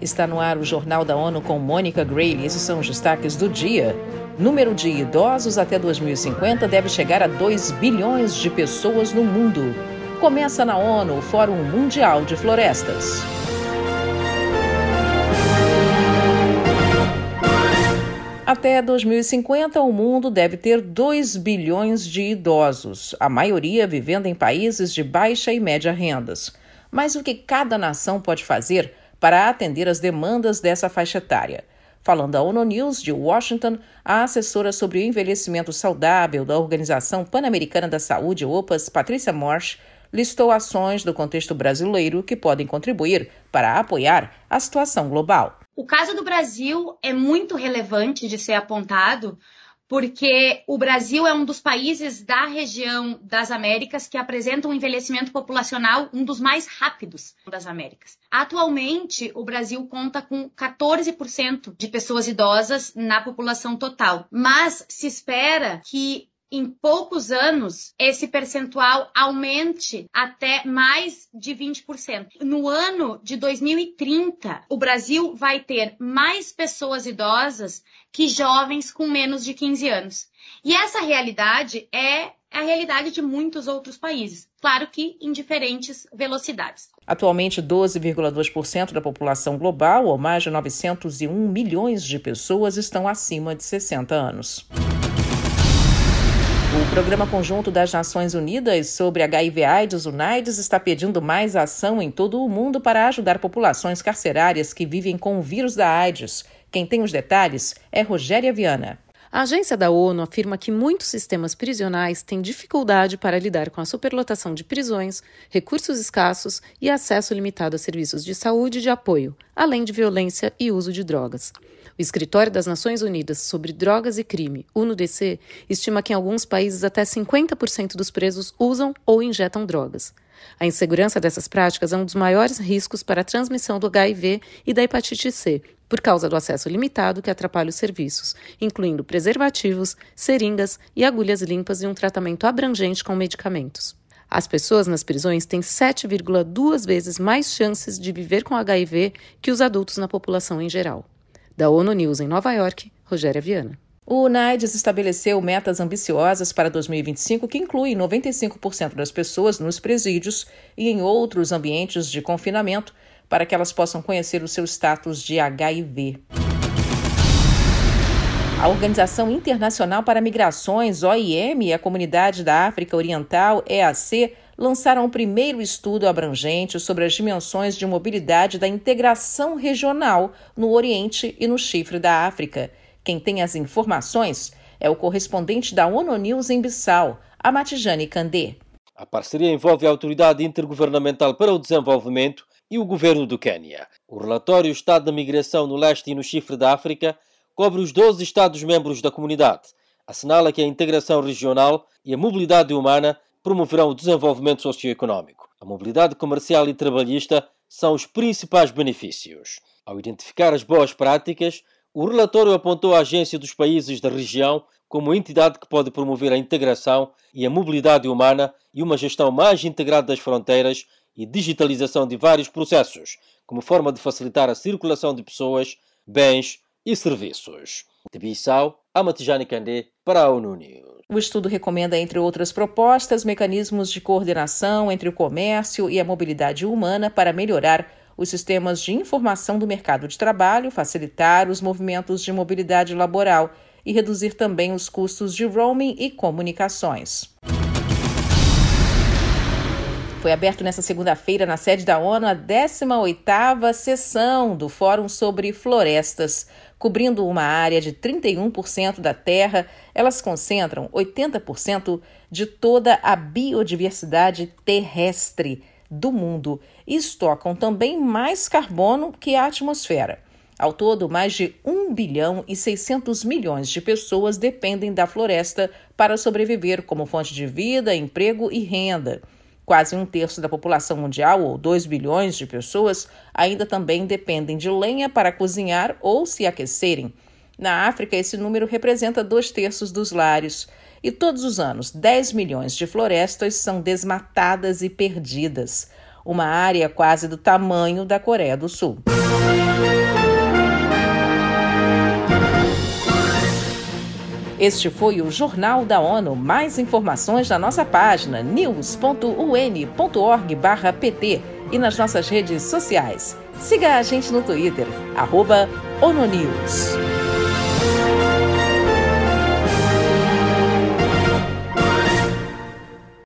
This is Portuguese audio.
Está no ar o Jornal da ONU com Mônica Grayle. Esses são os destaques do dia. Número de idosos até 2050 deve chegar a 2 bilhões de pessoas no mundo. Começa na ONU o Fórum Mundial de Florestas. Até 2050, o mundo deve ter 2 bilhões de idosos, a maioria vivendo em países de baixa e média rendas. Mas o que cada nação pode fazer para atender às demandas dessa faixa etária? Falando à ONU News de Washington, a assessora sobre o envelhecimento saudável da Organização Pan-Americana da Saúde, OPAS, Patrícia Marsh, listou ações do contexto brasileiro que podem contribuir para apoiar a situação global. O caso do Brasil é muito relevante de ser apontado, porque o Brasil é um dos países da região das Américas que apresenta um envelhecimento populacional um dos mais rápidos das Américas. Atualmente, o Brasil conta com 14% de pessoas idosas na população total, mas se espera que em poucos anos, esse percentual aumente até mais de 20%. No ano de 2030, o Brasil vai ter mais pessoas idosas que jovens com menos de 15 anos. E essa realidade é a realidade de muitos outros países, claro que em diferentes velocidades. Atualmente, 12,2% da população global, ou mais de 901 milhões de pessoas, estão acima de 60 anos. O Programa Conjunto das Nações Unidas sobre HIV/AIDS, UNAIDS, está pedindo mais ação em todo o mundo para ajudar populações carcerárias que vivem com o vírus da AIDS. Quem tem os detalhes é Rogéria Viana. A agência da ONU afirma que muitos sistemas prisionais têm dificuldade para lidar com a superlotação de prisões, recursos escassos e acesso limitado a serviços de saúde e de apoio, além de violência e uso de drogas. O Escritório das Nações Unidas sobre Drogas e Crime, UNODC, estima que em alguns países até 50% dos presos usam ou injetam drogas. A insegurança dessas práticas é um dos maiores riscos para a transmissão do HIV e da hepatite C, por causa do acesso limitado que atrapalha os serviços, incluindo preservativos, seringas e agulhas limpas e um tratamento abrangente com medicamentos. As pessoas nas prisões têm 7,2 vezes mais chances de viver com HIV que os adultos na população em geral. Da ONU News em Nova York, Rogéria Viana. O UNAIDS estabeleceu metas ambiciosas para 2025 que incluem 95% das pessoas nos presídios e em outros ambientes de confinamento para que elas possam conhecer o seu status de HIV. A Organização Internacional para Migrações, OIM, e a Comunidade da África Oriental, EAC, lançaram o primeiro estudo abrangente sobre as dimensões de mobilidade da integração regional no Oriente e no Chifre da África. Quem tem as informações é o correspondente da ONU News em Bissau, Amatijane Kandé. A parceria envolve a Autoridade Intergovernamental para o Desenvolvimento e o Governo do Quênia. O relatório Estado da Migração no Leste e no Chifre da África cobre os 12 Estados-membros da comunidade. Assinala que a integração regional e a mobilidade humana promoverão o desenvolvimento socioeconómico. A mobilidade comercial e trabalhista são os principais benefícios. Ao identificar as boas práticas, o relatório apontou a Agência dos Países da região como entidade que pode promover a integração e a mobilidade humana e uma gestão mais integrada das fronteiras e digitalização de vários processos, como forma de facilitar a circulação de pessoas, bens e serviços. De Bissau, Amatijane Kandé para a ONU News. O estudo recomenda, entre outras propostas, mecanismos de coordenação entre o comércio e a mobilidade humana para melhorar os sistemas de informação do mercado de trabalho, facilitar os movimentos de mobilidade laboral e reduzir também os custos de roaming e comunicações. Foi aberto nesta segunda-feira, na sede da ONU, a 18ª sessão do Fórum sobre Florestas. Cobrindo uma área de 31% da terra, elas concentram 80% de toda a biodiversidade terrestre do mundo e estocam também mais carbono que a atmosfera. Ao todo, mais de 1 bilhão e 600 milhões de pessoas dependem da floresta para sobreviver como fonte de vida, emprego e renda. Quase 1/3 da população mundial, ou 2 bilhões de pessoas, ainda também dependem de lenha para cozinhar ou se aquecerem. Na África, esse número representa 2/3 dos lares. E todos os anos, 10 milhões de florestas são desmatadas e perdidas. Uma área quase do tamanho da Coreia do Sul. Este foi o Jornal da ONU. Mais informações na nossa página news.un.org/pt e nas nossas redes sociais. Siga a gente no Twitter, @ONUNews.